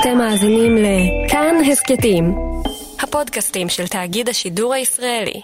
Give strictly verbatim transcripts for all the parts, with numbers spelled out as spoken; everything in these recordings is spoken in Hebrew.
אתם מאזינים לכאן הסקטים, הפודקאסטים של תאגיד השידור הישראלי.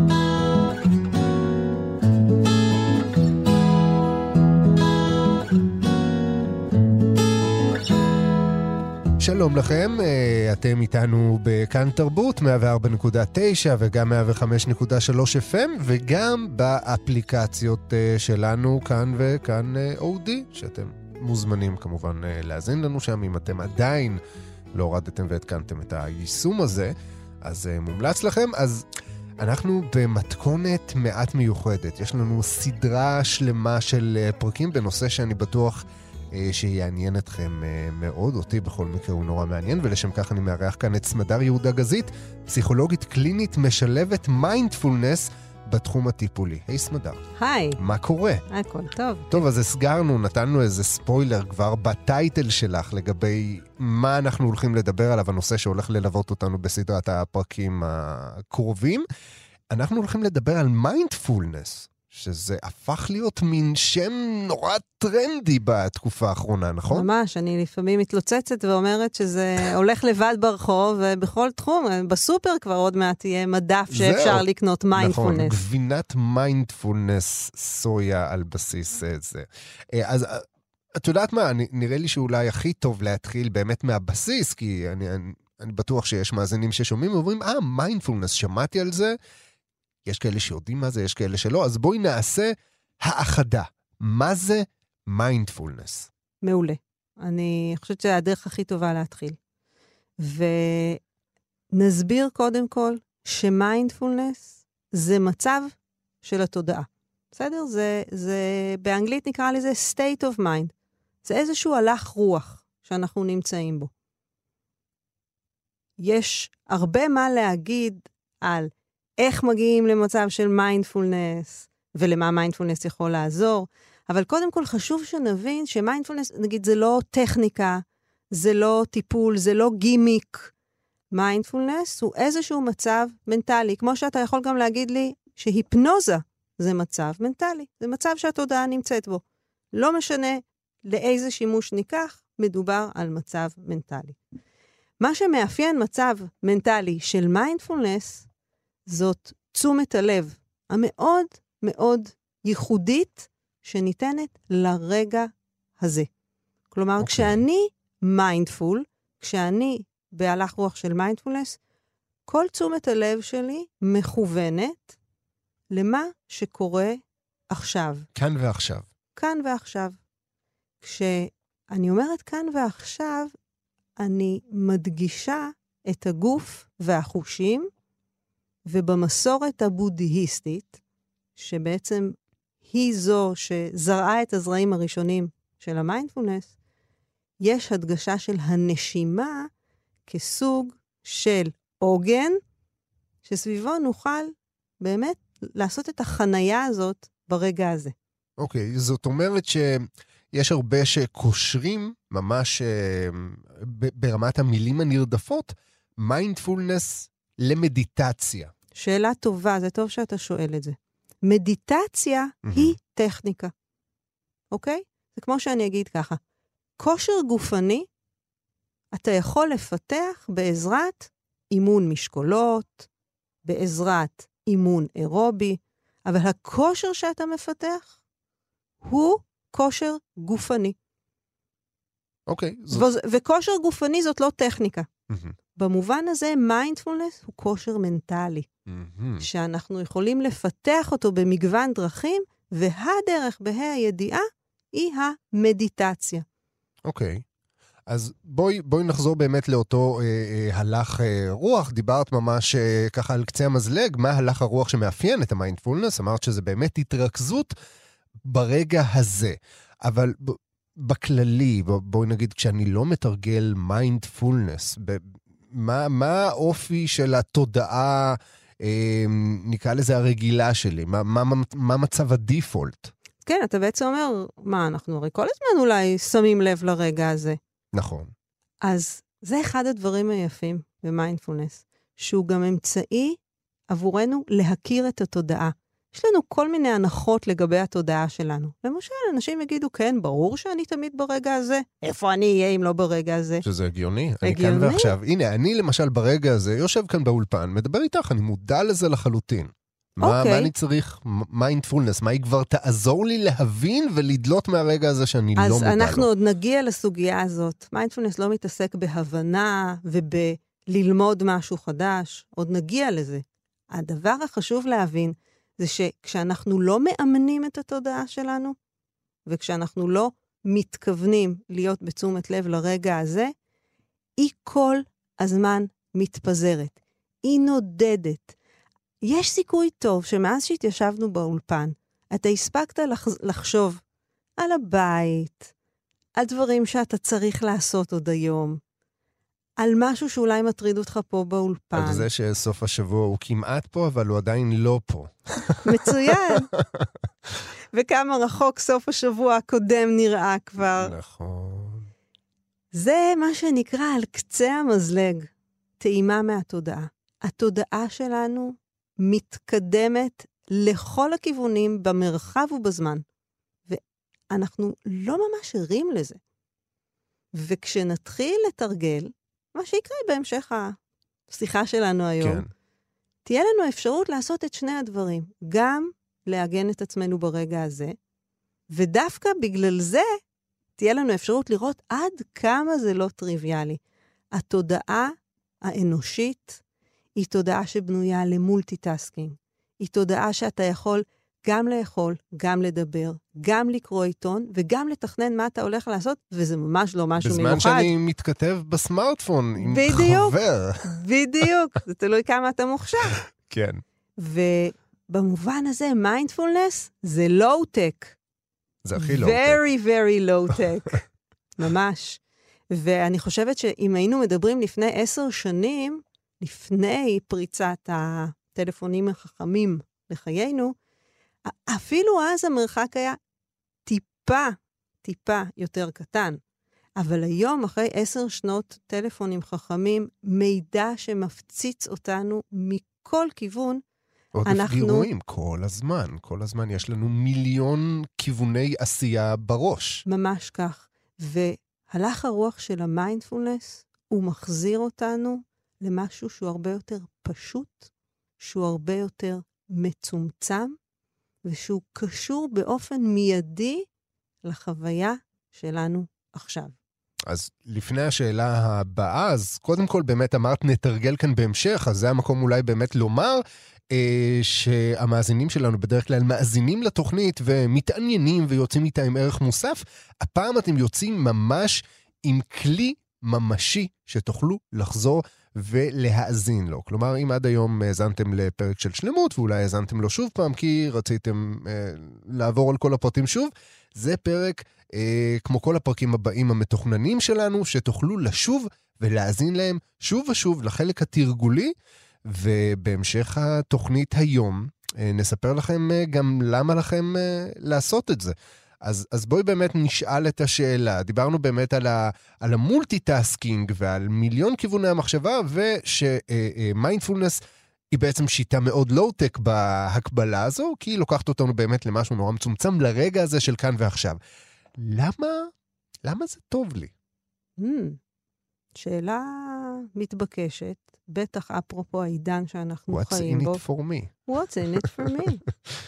שלום לכם, אתם איתנו בכאן תרבות מאה וארבע נקודה תשע וגם מאה וחמש נקודה שלוש אף אם וגם באפליקציות שלנו כאן וכאן אודי, שאתם מוזמנים כמובן להאזין לנו שם. אם אתם עדיין לא הורדתם והתקנתם את היישום הזה, אז מומלץ לכם. אז אנחנו במתכונת מעט מיוחדת. יש לנו סדרה שלמה של פרקים בנושא שאני בטוח שיעניין אתכם מאוד. אותי בכל מקרה הוא נורא מעניין, ולשם כך אני מארח כאן את סמדר יהודה גזית, פסיכולוגית קלינית משלבת מיינדפולנס בתחום הטיפולי. היי סמדר. היי. מה קורה? הכל טוב. טוב, אז הסגרנו, נתנו איזה ספוילר כבר בטייטל שלך לגבי מה אנחנו הולכים לדבר עליו, הנושא שהולך ללוות אותנו בסדרת הפרקים הקרובים. אנחנו הולכים לדבר על מיינדפולנס, שזה הפך להיות מין שם נורא טרנדי בתקופה האחרונה, נכון? ממש, אני לפעמים מתלוצצת ואומרת שזה הולך לבד ברחוב, ובכל תחום, בסופר כבר עוד מעט תהיה מדף שאפשר לקנות מיינדפולנס. נכון, גבינת מיינדפולנס סויה על בסיס זה. אז את יודעת מה, נראה לי שאולי הכי טוב להתחיל באמת מהבסיס, כי אני, אני, אני בטוח שיש מאזינים ששומעים ואומרים, אה, מיינדפולנס, שמעתי על זה, יש כאלה שיודעים מה זה, יש כאלה שלא, אז בואי נעשה האחדה. מה זה מיינדפולנס? מעולה. אני חושבת שזה הדרך הכי טובה להתחיל. ונסביר קודם כל שמיינדפולנס זה מצב של התודעה. בסדר? זה, זה, באנגלית נקרא לזה state of mind. זה איזשהו הלך רוח שאנחנו נמצאים בו. יש הרבה מה להגיד על איך מגיעים למצב של מיינדפולנס, ולמה מיינדפולנס יכול לעזור. אבל קודם כל חשוב שנבין שמיינדפולנס, נגיד, זה לא טכניקה, זה לא טיפול, זה לא גימיק. מיינדפולנס הוא איזשהו מצב מנטלי, כמו שאתה יכול גם להגיד לי שהיפנוזה זה מצב מנטלי, זה מצב שהתודעה נמצאת בו. לא משנה לאיזה שימוש ניקח, מדובר על מצב מנטלי. מה שמאפיין מצב מנטלי של מיינדפולנס, זאת תשומת הלב המאוד מאוד ייחודית שניתנת לרגע הזה. כלומר, okay. כשאני מיינדפול, כשאני בהלך רוח של מיינדפולנס, כל תשומת הלב שלי מכוונת למה שקורה עכשיו. כאן ועכשיו. כאן ועכשיו. כשאני אומרת כאן ועכשיו, אני מדגישה את הגוף והחושים, ובמסורת הבודהיסטית, שבעצם היא זו שזרעה את הזרעים הראשונים של המיינדפולנס, יש הדגשה של הנשימה כסוג של עוגן, שסביבו נוכל באמת לעשות את החנייה הזאת ברגע הזה. אוקיי, okay, זאת אומרת שיש הרבה שקושרים ממש ברמת המילים הנרדפות, מיינדפולנס למדיטציה. שאלה טובה, זה טוב שאתה שואל את זה. מדיטציה mm-hmm. היא טכניקה. אוקיי? זה כמו שאני אגיד ככה. כושר גופני, אתה יכול לפתח בעזרת אימון משקולות, בעזרת אימון אירובי, אבל הכושר שאתה מפתח הוא כושר גופני. אוקיי. זאת... ו- וכושר גופני זאת לא טכניקה. Mm-hmm. במובן הזה, מיינדפולנס הוא כושר מנטלי, mm-hmm. שאנחנו יכולים לפתח אותו במגוון דרכים, והדרך בה"א הידיעה היא המדיטציה. אוקיי. Okay. אז בואי, בואי נחזור באמת לאותו אה, אה, הלך אה, רוח. דיברת ממש אה, ככה על קצה המזלג, מה הלך הרוח שמאפיין את המיינדפולנס? אמרת שזה באמת התרכזות ברגע הזה. אבל ב- בכללי, ב- בואי נגיד, כשאני לא מתרגל מיינדפולנס, ב- מה, מה האופי של התודעה, אה, נקרא לזה הרגילה שלי? מה, מה, מה מצב הדיפולט? כן, אתה בעצם אומר, מה, אנחנו הרי כל הזמן אולי שמים לב לרגע הזה. נכון. אז זה אחד הדברים היפים במיינדפולנס, שהוא גם אמצעי עבורנו להכיר את התודעה. יש לנו כל מיני הנחות לגבי התודעה שלנו. למשל, אנשים יגידו, כן, ברור שאני תמיד ברגע הזה. איפה אני אהיה אם לא ברגע הזה? שזה הגיוני. הגיוני. אני כאן ועכשיו. הנה, אני למשל ברגע הזה, יושב כאן באולפן, מדבר איתך, אני מודע לזה לחלוטין. מה, אוקיי. מה אני צריך? מיינדפולנס, מה היא כבר תעזור לי להבין ולדלות מהרגע הזה שאני לא מודע לו? אז אנחנו עוד נגיע לסוגיה הזאת. מיינדפולנס לא מתעסק בהבנה ובללמוד משהו חדש. עוד נגיע לזה. הדבר החשוב להבין זה שכשאנחנו לא מאמנים את התודעה שלנו, וכשאנחנו לא מתכוונים להיות בתשומת לב לרגע הזה, היא כל הזמן מתפזרת. היא נודדת. יש סיכוי טוב שמאז שהתיישבנו באולפן, אתה הספקת לחשוב על הבית, על דברים שאתה צריך לעשות עוד היום, על משהו שאולי מטריד אותך פה באולפן. על זה שסוף השבוע הוא כמעט פה, אבל הוא עדיין לא פה. מצוין. וכמה רחוק סוף השבוע הקודם נראה כבר. נכון. זה מה שנקרא על קצה המזלג, טעימה מהתודעה. התודעה שלנו מתקדמת לכל הכיוונים במרחב ובזמן. ואנחנו לא ממש ערים לזה. וכשנתחיל לתרגל, מה שיקרה בהמשך השיחה שלנו היום, כן. תהיה לנו אפשרות לעשות את שני הדברים. גם להגן את עצמנו ברגע הזה, ודווקא בגלל זה תהיה לנו אפשרות לראות עד כמה זה לא טריוויאלי. התודעה האנושית היא תודעה שבנויה למולטיטאסקינג. היא תודעה שאתה יכול גם לאכול, גם לדבר, גם לקרוא עיתון, וגם לתכנן מה אתה הולך לעשות, וזה ממש לא משהו בזמן מיוחד. בזמן שאני מתכתב בסמארטפון עם בדיוק, חבר. בדיוק, זה תלוי כמה אתה מוכשר. כן. ובמובן הזה, מיינדפולנס זה לואו-טק. זה הכי לואו-טק. very, very low-tech. ממש. ואני חושבת שאם היינו מדברים לפני עשר שנים, לפני פריצת הטלפונים החכמים לחיינו, אפילו אז המרחק היה טיפה, טיפה יותר קטן. אבל היום, אחרי עשר שנות טלפונים חכמים, מידע שמפציץ אותנו מכל כיוון, עודף אנחנו... גירויים, כל הזמן, כל הזמן יש לנו מיליון כיווני עשייה בראש. ממש כך. והלך הרוח של המיינדפולנס, הוא מחזיר אותנו למשהו שהוא הרבה יותר פשוט, שהוא הרבה יותר מצומצם, ושהוא קשור באופן מיידי לחוויה שלנו עכשיו. אז לפני השאלה הבאה, אז קודם כל באמת אמרת נתרגל כאן בהמשך, אז זה המקום אולי באמת לומר, אה, שהמאזינים שלנו בדרך כלל מאזינים לתוכנית ומתעניינים ויוצאים איתה עם ערך מוסף, הפעם אתם יוצאים ממש עם כלי ממשי שתוכלו לחזור ולהאזין לו. כלומר, אם עד היום האזנתם לפרק של שלמות, ואולי האזנתם לו שוב פעם, כי רציתם אה, לעבור על כל הפרטים שוב, זה פרק, אה, כמו כל הפרקים הבאים המתוכננים שלנו, שתוכלו לשוב ולהאזין להם שוב ושוב לחלק התרגולי, ובהמשך התוכנית היום, אה, נספר לכם אה, גם למה לכם אה, לעשות את זה. אז, אז בואי באמת נשאל את השאלה. דיברנו באמת על, ה, על המולטיטאסקינג ועל מיליון כיווני המחשבה, ושמיינדפולנס היא בעצם שיטה מאוד לואו-טק בהקבלה הזו, כי היא לוקחת אותנו באמת למשהו נורא מצומצם לרגע הזה של כאן ועכשיו. למה, למה זה טוב לי? Mm, שאלה מתבקשת, בטח אפרופו העידן שאנחנו What's חיים בו. What's in it for me? What's in it for me?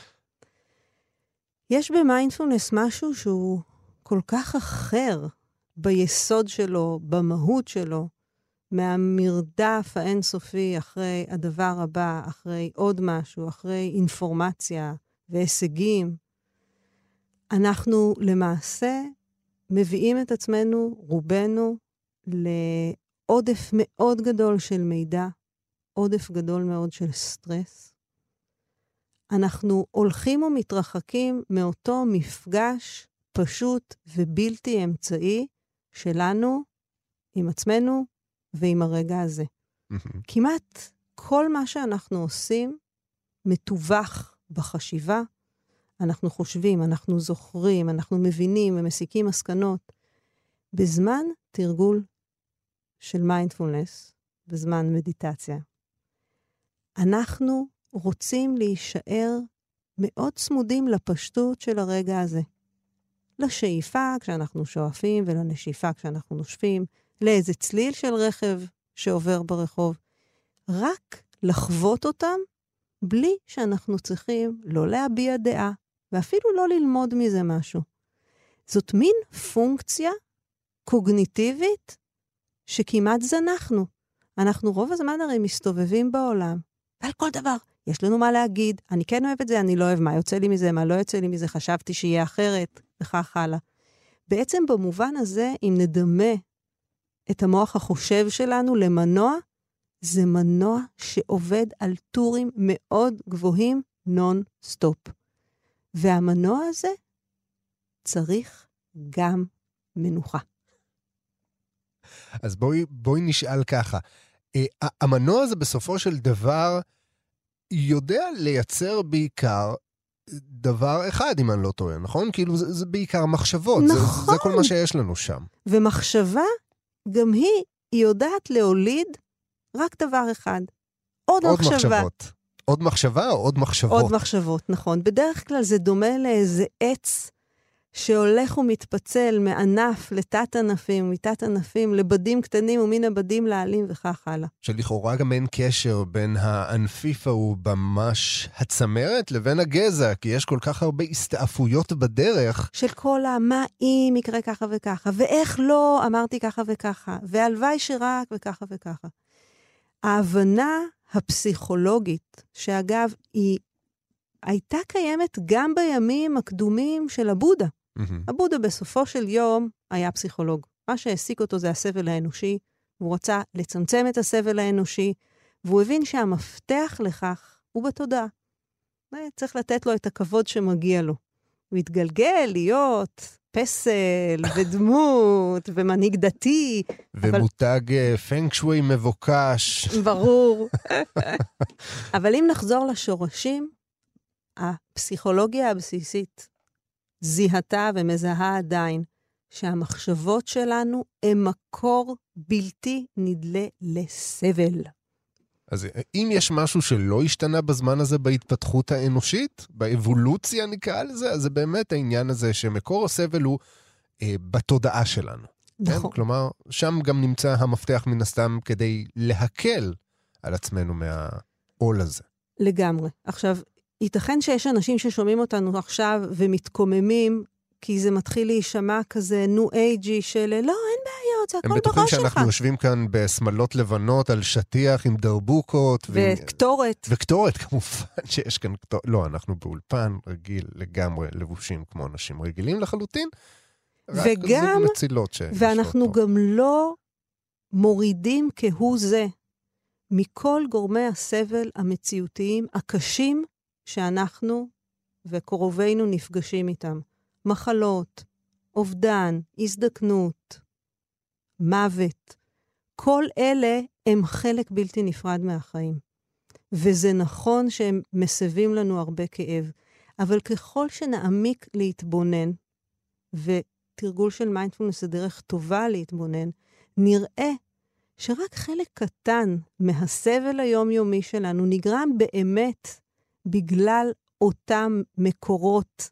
יש במיינדפולנס משהו שהוא כל כך אחר ביסוד שלו, במהות שלו, מהמרדף האינסופי אחרי הדבר הבא, אחרי עוד משהו, אחרי אינפורמציה והישגים. אנחנו למעשה מביאים את עצמנו, רובנו, לעודף מאוד גדול של מידע, עודף גדול מאוד של סטרס. אנחנו הולכים ומתרחקים מאותו מפגש פשוט ובלתי אמצעי שלנו עם עצמנו ועם הרגע הזה. Mm-hmm. כמעט כל מה שאנחנו עושים מתווך בחשיבה. אנחנו חושבים, אנחנו זוכרים, אנחנו מבינים ומסיקים מסקנות. בזמן תרגול של מיינדפולנס, בזמן מדיטציה, אנחנו רוצים להישאר מאוד צמודים לפשטות של הרגע הזה. לשאיפה כשאנחנו שואפים ולנשיפה כשאנחנו נושפים, לאיזה צליל של רכב שעובר ברחוב. רק לחוות אותם בלי שאנחנו צריכים לא להביע דעה, ואפילו לא ללמוד מזה משהו. זאת מין פונקציה קוגניטיבית שכמעט זנחנו. אנחנו רוב הזמן הרי מסתובבים בעולם, ועל כל דבר יש לנו מה להגיד, אני כן אוהב את זה, אני לא אוהב מה יוצא לי מזה, מה לא יוצא לי מזה, חשבתי שיהיה אחרת, וכך הלאה. בעצם במובן הזה, אם נדמה את המוח החושב שלנו למנוע, זה מנוע שעובד על טורים מאוד גבוהים נון סטופ. והמנוע הזה צריך גם מנוחה. אז בואי, בואי נשאל ככה. המנוע הזה בסופו של דבר יודע לייצר בעיקר דבר אחד, אם אני לא טועה, נכון? כאילו זה, זה בעיקר מחשבות. נכון. זה, זה כל מה שיש לנו שם. ומחשבה, גם היא, היא יודעת להוליד רק דבר אחד. עוד, עוד מחשבה. מחשבות. עוד מחשבה או עוד מחשבות? עוד מחשבות, נכון. בדרך כלל זה דומה לאיזה עץ שהולך ומתפצל מענף לתת ענפים, מתת ענפים לבדים קטנים ומן הבדים לעלים וכך הלאה. שלכאורה גם אין קשר בין הענפיף ההוא ממש הצמרת לבין הגזע, כי יש כל כך הרבה הסתעפויות בדרך. של כל מה אם יקרה ככה וככה, ואיך לא אמרתי ככה וככה, והלוואי שרק וככה וככה. ההבנה הפסיכולוגית, שאגב היא הייתה קיימת גם בימים הקדומים של הבודה. הבודה בסופו של יום היה פסיכולוג. מה שהעסיק אותו זה הסבל האנושי, הוא רצה לצמצם את הסבל האנושי, והוא הבין שהמפתח לכך הוא בתודעה. צריך לתת לו את הכבוד שמגיע לו. הוא התגלגל להיות פסל ודמות ומנהיג דתי. ומותג אבל... פנג שווי מבוקש. ברור. אבל אם נחזור לשורשים, הפסיכולוגיה הבסיסית זיהתה ומזהה עדיין שהמחשבות שלנו הם מקור בלתי נדלה לסבל. אז אם יש משהו שלא השתנה בזמן הזה בהתפתחות האנושית, באבולוציה נקרא לזה, אז זה באמת העניין הזה שמקור הסבל הוא אה, בתודעה שלנו. נכון. כן? כלומר, שם גם נמצא המפתח מן הסתם כדי להקל על עצמנו מהעול הזה. לגמרי. עכשיו, ייתכן שיש אנשים ששומעים אותנו עכשיו ומתקוממים, כי זה מתחיל להישמע כזה נו אייג'י של לא, אין בעיות, זה הכל בראש שלך. הם בטוחים שאנחנו יושבים כאן בסמלות לבנות על שטיח עם דרבוקות. וקטורת. וקטורת, כמובן שיש כאן קטורת. לא, אנחנו באולפן רגיל לגמרי לבושים כמו אנשים רגילים לחלוטין. וגם, ואנחנו גם לא מורידים כהוא זה מכל גורמי הסבל המציאותיים הקשים שאנחנו וקרובינו נפגשים איתם. מחלות, אובדן, הזדקנות, מוות. כל אלה הם חלק בלתי נפרד מהחיים. וזה נכון שהם מסבים לנו הרבה כאב. אבל ככל שנעמיק להתבונן, ותרגול של מיינדפולנס זה דרך טובה להתבונן, נראה שרק חלק קטן מהסבל היומיומי שלנו נגרם באמת בגלל אותם מקורות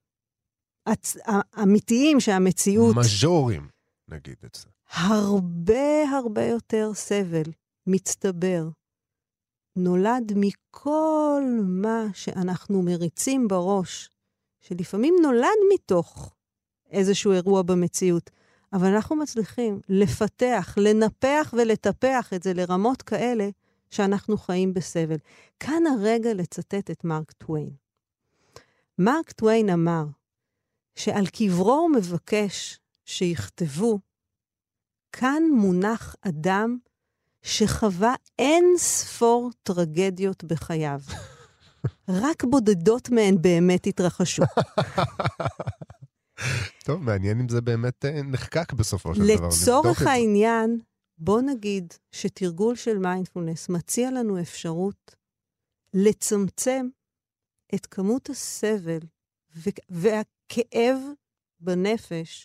אמיתיים שהמציאות... מז'ורים, נגיד את זה. הרבה הרבה יותר סבל מצטבר. נולד מכל מה שאנחנו מריצים בראש, שלפעמים נולד מתוך איזשהו אירוע במציאות, אבל אנחנו מצליחים לפתח, לנפח ולטפח את זה לרמות כאלה שאנחנו חיים בסבל. כאן הרגע לצטט את מרק טוויין. מרק טוויין אמר שעל קברו הוא מבקש שיכתבו, כאן מונח אדם שחווה אין ספור טרגדיות בחייו. רק בודדות מהן באמת התרחשו. טוב, מעניין אם זה באמת נחקק בסופו של דבר. לצורך העניין, בוא נגיד שתרגול של מיינדפולנס מציע לנו אפשרות לצמצם את כמות הסבל והכאב בנפש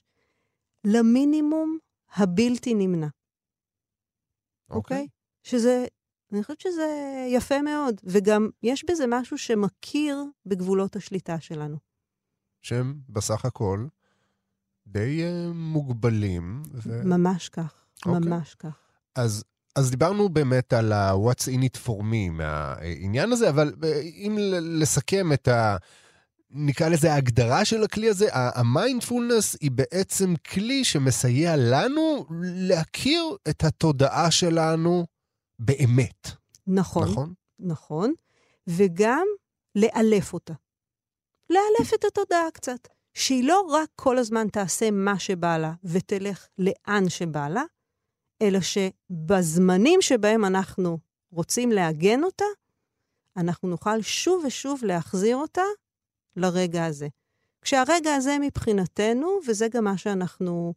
למינימום הבלתי נמנע. אוקיי? Okay. שזה, אני חושבת שזה יפה מאוד, וגם יש בזה משהו שמכיר בגבולות השליטה שלנו. שהם בסך הכל די uh, מוגבלים. ו... ממש כך, okay. ממש כך. אז, אז דיברנו באמת על ה-what's in it for me מהעניין הזה, אבל אם לסכם את ה... נקרא לזה ההגדרה של הכלי הזה, המיינדפולנס היא בעצם כלי שמסייע לנו להכיר את התודעה שלנו באמת. נכון, נכון? נכון, וגם לאלף אותה. לאלף את התודעה קצת. שהיא לא רק כל הזמן תעשה מה שבא לה ותלך לאן שבא לה, אלא שבזמנים שבהם אנחנו רוצים להגן אותה, אנחנו נוכל שוב ושוב להחזיר אותה לרגע הזה. כשהרגע הזה מבחינתנו, וזה גם מה שאנחנו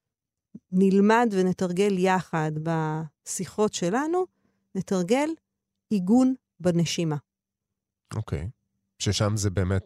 נלמד ונתרגל יחד בשיחות שלנו, נתרגל עיגון בנשימה. אוקיי. ששם זה באמת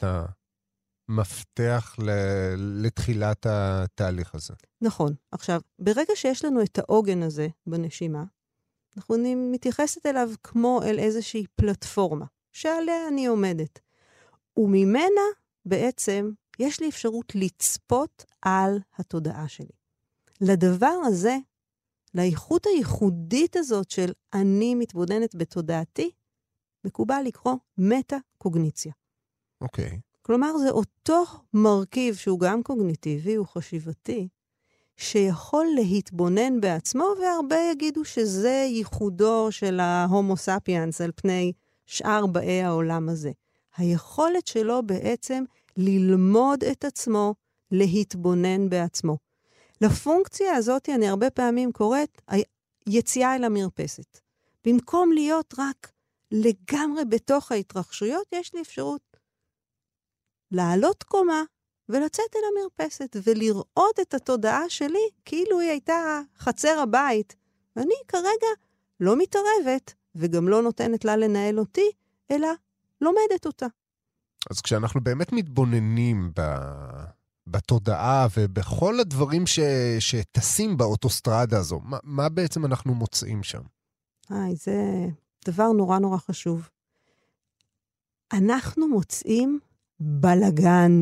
המפתח לתחילת התהליך הזה. נכון. עכשיו, ברגע שיש לנו את העוגן הזה בנשימה, אנחנו מתייחסת אליו כמו אל איזושהי פלטפורמה, שעליה אני עומדת. וממנה בעצם יש לי אפשרות לצפות על התודעה שלי. לדבר הזה, לאיכות הייחודית הזאת של אני מתבוננת בתודעתי, מקובל לקרוא מטה-קוגניציה. אוקיי. Okay. כלומר, זה אותו מרכיב שהוא גם קוגניטיבי, הוא חשיבתי, שיכול להתבונן בעצמו, והרבה יגידו שזה ייחודו של ההומו ספיאנס על פני שאר באי העולם הזה. היכולת שלו בעצם ללמוד את עצמו, להתבונן בעצמו. לפונקציה הזאת אני הרבה פעמים קוראת יציאה אל המרפסת. במקום להיות רק לגמרי בתוך ההתרחשויות, יש לי אפשרות לעלות קומה ולצאת אל המרפסת ולראות את התודעה שלי כאילו היא הייתה חצר הבית. ואני כרגע לא מתערבת וגם לא נותנת לה לנהל אותי, אלא לומדת אותה. אז כשאנחנו באמת מתבוננים ב... בתודעה ובכל הדברים ש... שטסים באוטוסטרדה הזו, מה, מה בעצם אנחנו מוצאים שם? היי, זה דבר נורא נורא חשוב. אנחנו מוצאים בלגן.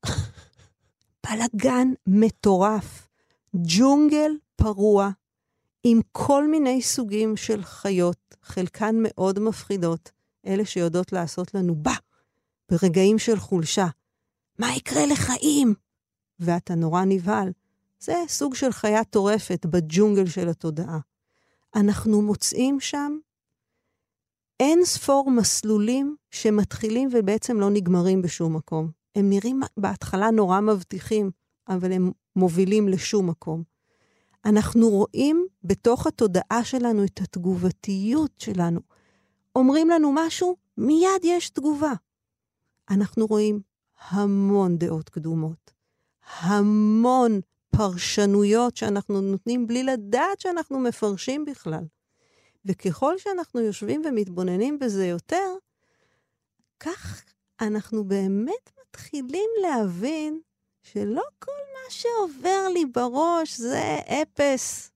בלגן מטורף. ג'ונגל פרוע, עם כל מיני סוגים של חיות, חלקן מאוד מפחידות, אלה שיודעות לעשות לנו בה, ברגעים של חולשה. מה יקרה לחיים? ואתה נורא נבהל. זה סוג של חיה טורפת בג'ונגל של התודעה. אנחנו מוצאים שם אין ספור מסלולים שמתחילים ובעצם לא נגמרים בשום מקום. הם נראים בהתחלה נורא מבטיחים, אבל הם מובילים לשום מקום. אנחנו רואים בתוך התודעה שלנו את התגובתיות שלנו. אומרים לנו משהו, מיד יש תגובה. אנחנו רואים המון דעות קדומות, המון פרשנויות שאנחנו נותנים בלי לדעת שאנחנו מפרשים בכלל. וככל שאנחנו יושבים ומתבוננים בזה יותר, כך אנחנו באמת מתחילים להבין שלא כל מה שעובר לי בראש זה אפס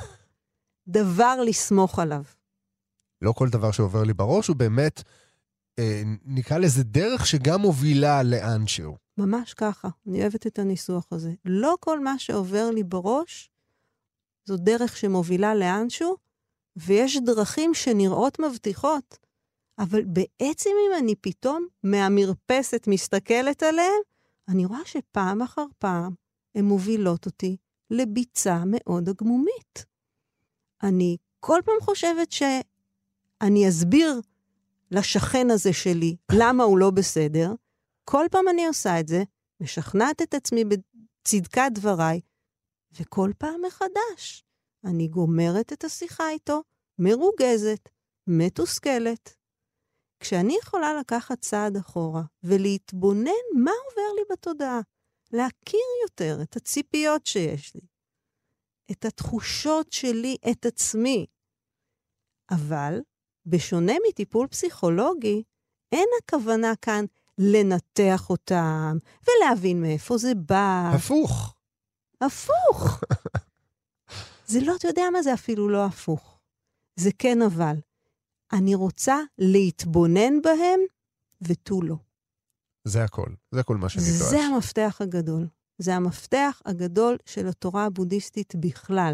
דבר לסמוך עליו. לא כל דבר שעובר לי בראש הוא באמת, אה, נקרא לזה דרך שגם מובילה לאנשהו. ממש ככה, אני אוהבת את הניסוח הזה. לא כל מה שעובר לי בראש זו דרך שמובילה לאנשהו, ויש דרכים שנראות מבטיחות, אבל בעצם אם אני פתאום מהמרפסת מסתכלת עליהם, אני רואה שפעם אחר פעם הן מובילות אותי לביצה מאוד הגמומית. אני כל פעם חושבת שאני אסביר לשכן הזה שלי למה הוא לא בסדר, כל פעם אני עושה את זה, משכנעת את עצמי בצדקת דבריי, וכל פעם מחדש אני גומרת את השיחה איתו, מרוגזת, מתוסכלת. כשאני יכולה לקחת צעד אחורה ולהתבונן מה עובר לי בתודעה, להכיר יותר את הציפיות שיש לי, את התחושות שלי, את עצמי. אבל בשונה מטיפול פסיכולוגי, אין הכוונה כאן לנתח אותם ולהבין מאיפה זה בא. הפוך. הפוך. זה לא, אתה יודע מה זה אפילו לא הפוך. זה כן אבל. אני רוצה להתבונן בהם ותו לא. זה הכל, זה כל מה שנדרש. זה המפתח הגדול. זה המפתח הגדול של התורה הבודהיסטית בכלל.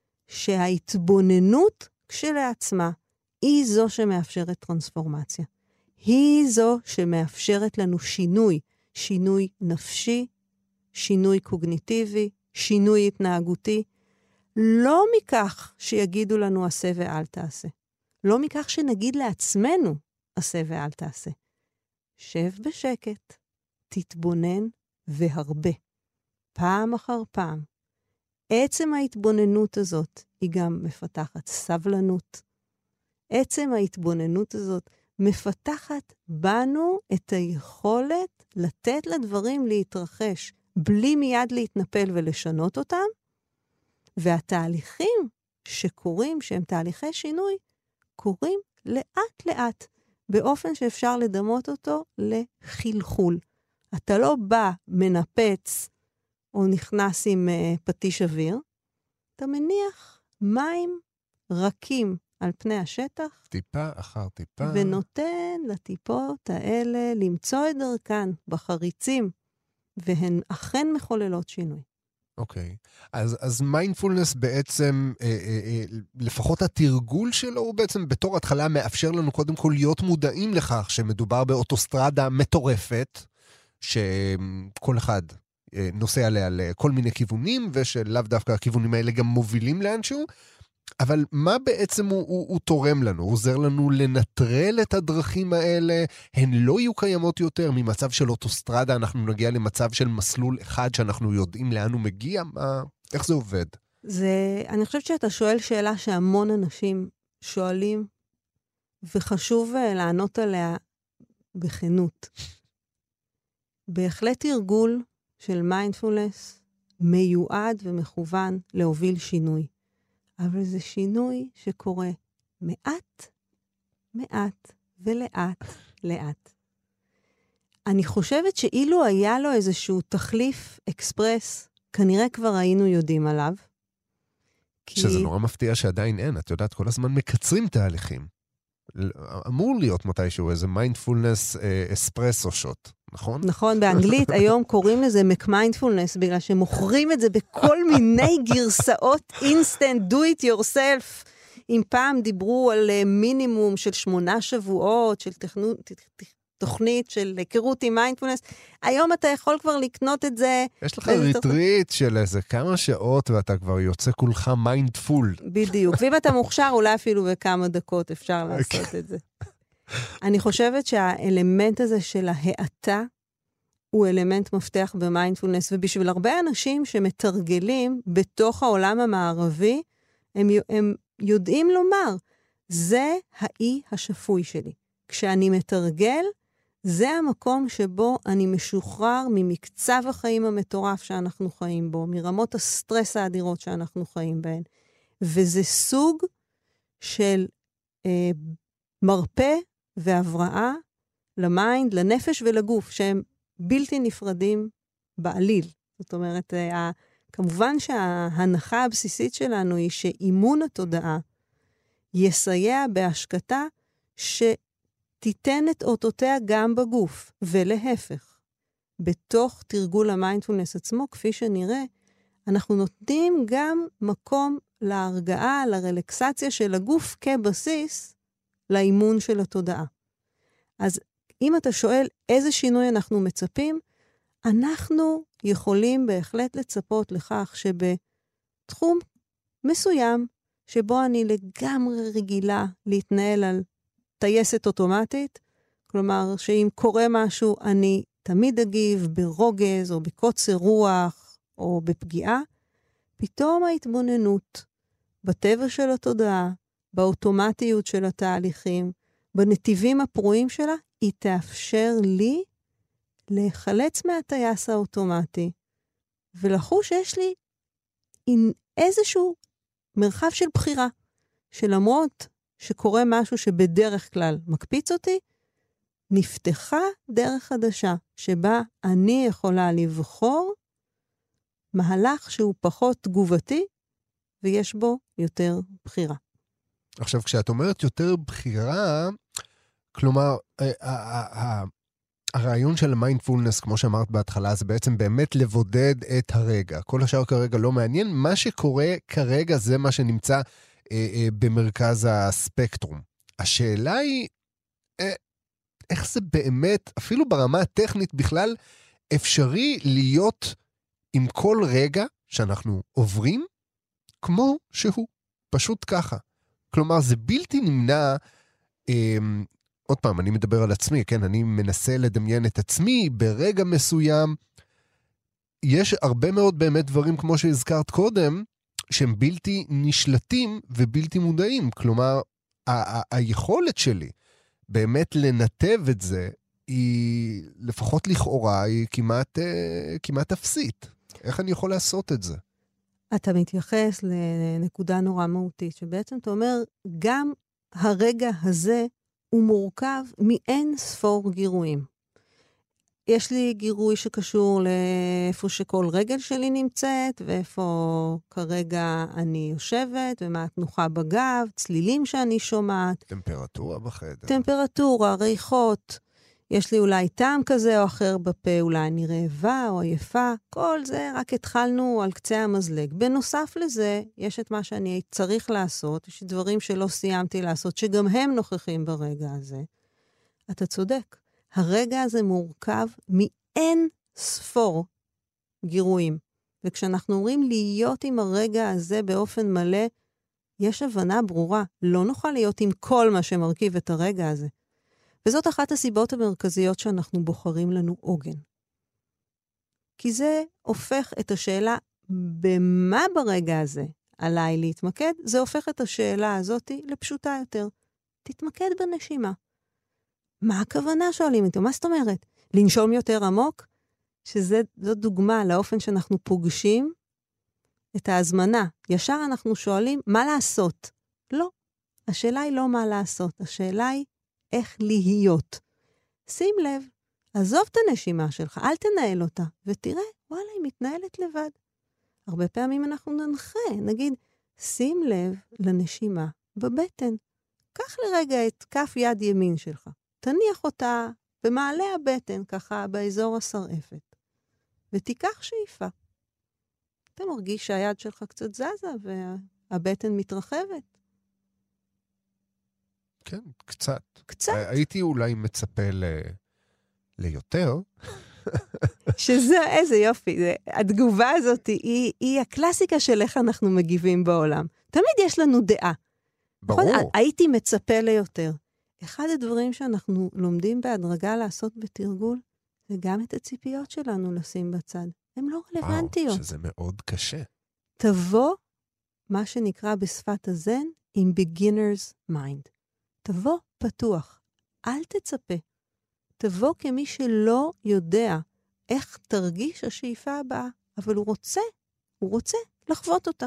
שההתבוננות כשלעצמה היא זו שמאפשרת טרנספורמציה. היא זו שמאפשרת לנו שינוי, שינוי נפשי, שינוי קוגניטיבי, שינוי התנהגותי, לא מכך שיגידו לנו עשה ואל תעשה. לא מכך שנגיד לעצמנו עשה ואל תעשה. שב בשקט, תתבונן והרבה. פעם אחר פעם. עצם ההתבוננות הזאת היא גם מפתחת סבלנות. עצם ההתבוננות הזאת מפתחת בנו את היכולת לתת לדברים להתרחש, בלי מיד להתנפל ולשנות אותם, והתהליכים שקורים, שהם תהליכי שינוי, קורים לאט לאט, באופן שאפשר לדמות אותו לחלחול. אתה לא בא, מנפץ, או נכנס עם uh, פטיש אוויר, אתה מניח מים רכים על פני השטח, טיפה אחר טיפה, ונותן לטיפות האלה למצוא את דרכן בחריצים, והן אכן מחוללות שינוי. אוקיי. אז, אז מיינדפולנס בעצם, אה, אה, אה, לפחות התרגול שלו, הוא בעצם בתור התחלה מאפשר לנו קודם כל להיות מודעים לכך שמדובר באוטוסטרדה מטורפת, שכל אחד נוסע עליה לכל מיני כיוונים, ושלאו דווקא הכיוונים האלה גם מובילים לאנשהו, אבל מה בעצם הוא, הוא, הוא תורם לנו? הוא עוזר לנו לנטרל את הדרכים האלה, הן לא יהיו קיימות יותר, ממצב של אוטוסטרדה אנחנו נגיע למצב של מסלול אחד שאנחנו יודעים לאן הוא מגיע, מה, איך זה עובד? זה, אני חושבת שאתה שואל שאלה שהמון אנשים שואלים, וחשוב לענות עליה בכנות. בהחלט תרגול של מיינדפולנס מיועד ומכוון להוביל שינוי. אבל זה שינוי שקורה מעט, מעט ולאט, לאט. אני חושבת שאילו היה לו איזשהו תחליף אקספרס, כנראה כבר היינו יודעים עליו. כי... שזה נורא מפתיע שעדיין אין. את יודעת, כל הזמן מקצרים תהליכים. אמור להיות מתישהו איזה מיינדפולנס אספרסו שוט, נכון? נכון, באנגלית היום קוראים לזה מקמיינדפולנס, בגלל שמוכרים את זה בכל מיני גרסאות אינסטנט, do it yourself. אם פעם דיברו על מינימום של שמונה שבועות, של תכנות, תוכנית של היכרות עם מיינדפולנס, היום אתה יכול כבר לקנות את זה. יש לך ריטריט של איזה כמה שעות, ואתה כבר יוצא כולך מיינדפול. בדיוק, ואם אתה מוכשר, אולי אפילו בכמה דקות אפשר לעשות את זה. אני חושבת שהאלמנט הזה של ההאטה, הוא אלמנט מפתח במיינדפולנס, ובשביל הרבה אנשים שמתרגלים בתוך העולם המערבי, הם, הם יודעים לומר, זה האי השפוי שלי. כשאני מתרגל, זה המקום שבו אני משוחרר ממקצב החיים המטורף שאנחנו חיים בו, מרמות הסטרס האדירות שאנחנו חיים בהן. וזה סוג של אה, מרפא והבראה למיינד, לנפש ולגוף, שהם בלתי נפרדים בעליל. זאת אומרת, אה, כמובן שההנחה הבסיסית שלנו היא שאימון התודעה יסייע בהשקטה ש... תיתן את אותותיה גם בגוף, ולהפך. בתוך תרגול המיינדפולנס עצמו, כפי שנראה, אנחנו נותנים גם מקום להרגעה, לרלקסציה של הגוף כבסיס לאימון של התודעה. אז אם אתה שואל איזה שינוי אנחנו מצפים, אנחנו יכולים בהחלט לצפות לכך שבתחום מסוים, שבו אני לגמרי רגילה להתנהל על טייסת אוטומטית, כלומר שאם קורה משהו אני תמיד אגיב ברוגז או בקוצר רוח או בפגיעה, פתאום ההתבוננות בטבע של התודעה, באוטומטיות של התהליכים, בנתיבים הפרועים שלה, היא תאפשר לי להיחלץ מהטייס האוטומטי, ולחוש שיש לי איזשהו מרחב של בחירה, שלמרות שקורה משהו שבדרך כלל מקפיץ אותי, נפתחה דרך חדשה, שבה אני יכולה לבחור מהלך שהוא פחות תגובתי, ויש בו יותר בחירה. עכשיו, כשאת אומרת יותר בחירה, כלומר, הרעיון של המיינדפולנס, כמו שאמרת בהתחלה, זה בעצם באמת לבודד את הרגע. כל השאר כרגע לא מעניין. מה שקורה כרגע זה מה שנמצא אה, אה, במרכז הספקטרום. השאלה היא, אה, איך זה באמת, אפילו ברמה הטכנית בכלל, אפשרי להיות עם כל רגע שאנחנו עוברים, כמו שהוא. פשוט ככה. כלומר, זה בלתי נמנע, אה, עוד פעם, אני מדבר על עצמי, כן? אני מנסה לדמיין את עצמי ברגע מסוים. יש הרבה מאוד באמת דברים, כמו שהזכרת קודם, שהם בלתי נשלטים ובלתי מודעים. כלומר, ה- ה- היכולת שלי באמת לנתב את זה, היא, לפחות לכאורה, היא כמעט, אה, כמעט אפסית. איך אני יכול לעשות את זה? אתה מתייחס לנקודה נורא מהותית, שבעצם אתה אומר, גם הרגע הזה הוא מורכב מאין ספור גירויים. יש לי גירוי שקשור לאיפה שכל רגל שלי נמצאת, ואיפה כרגע אני יושבת, ומה התנוחה בגב, צלילים שאני שומעת. טמפרטורה בחדר. טמפרטורה, ריחות. יש לי אולי טעם כזה או אחר בפה, אולי אני רעבה או עייפה. כל זה רק התחלנו על קצה המזלג. בנוסף לזה, יש את מה שאני צריך לעשות, יש דברים שלא סיימתי לעשות, שגם הם נוכחים ברגע הזה. אתה צודק. הרגע הזה מורכב מאין ספור גירויים. וכשאנחנו אומרים להיות עם הרגע הזה באופן מלא, יש הבנה ברורה. לא נוכל להיות עם כל מה שמרכיב את הרגע הזה. וזאת אחת הסיבות המרכזיות שאנחנו בוחרים לנו עוגן. כי זה הופך את השאלה, במה ברגע הזה עליי להתמקד, זה הופך את השאלה הזאת לפשוטה יותר. תתמקד בנשימה. מה הכוונה שואלים איתו? מה זאת אומרת? לנשום יותר עמוק? שזאת דוגמה לאופן שאנחנו פוגשים את ההזמנה. ישר אנחנו שואלים, מה לעשות? לא. השאלה היא לא מה לעשות. השאלה היא, איך להיות. שים לב, עזוב את הנשימה שלך, אל תנהל אותה, ותראה, וואלה, היא מתנהלת לבד. הרבה פעמים אנחנו ננחה, נגיד, שים לב לנשימה בבטן. קח לרגע את כף יד ימין שלך, תניח אותה במעלה הבטן, ככה באזור השרעפת, ותיקח שאיפה. אתה מרגיש שהיד שלך קצת זזה, והבטן מתרחבת. כן, קצת. קצת. הייתי אולי מצפה ל... ליותר. שזה, איזה יופי. זה, התגובה הזאת היא, היא הקלאסיקה של איך אנחנו מגיבים בעולם. תמיד יש לנו דעה. ברור. נכון? הייתי מצפה ליותר. אחד הדברים שאנחנו לומדים בהדרגה לעשות בתרגול, זה גם את הציפיות שלנו לשים בצד. הן לא רלוונטיות. וואו, שזה מאוד קשה. תבוא, מה שנקרא בשפת הזן, עם beginner's mind. תבוא פתוח, אל תצפה. תבוא כמי שלא יודע איך תרגיש השאיפה הבאה, אבל הוא רוצה, הוא רוצה לחוות אותה.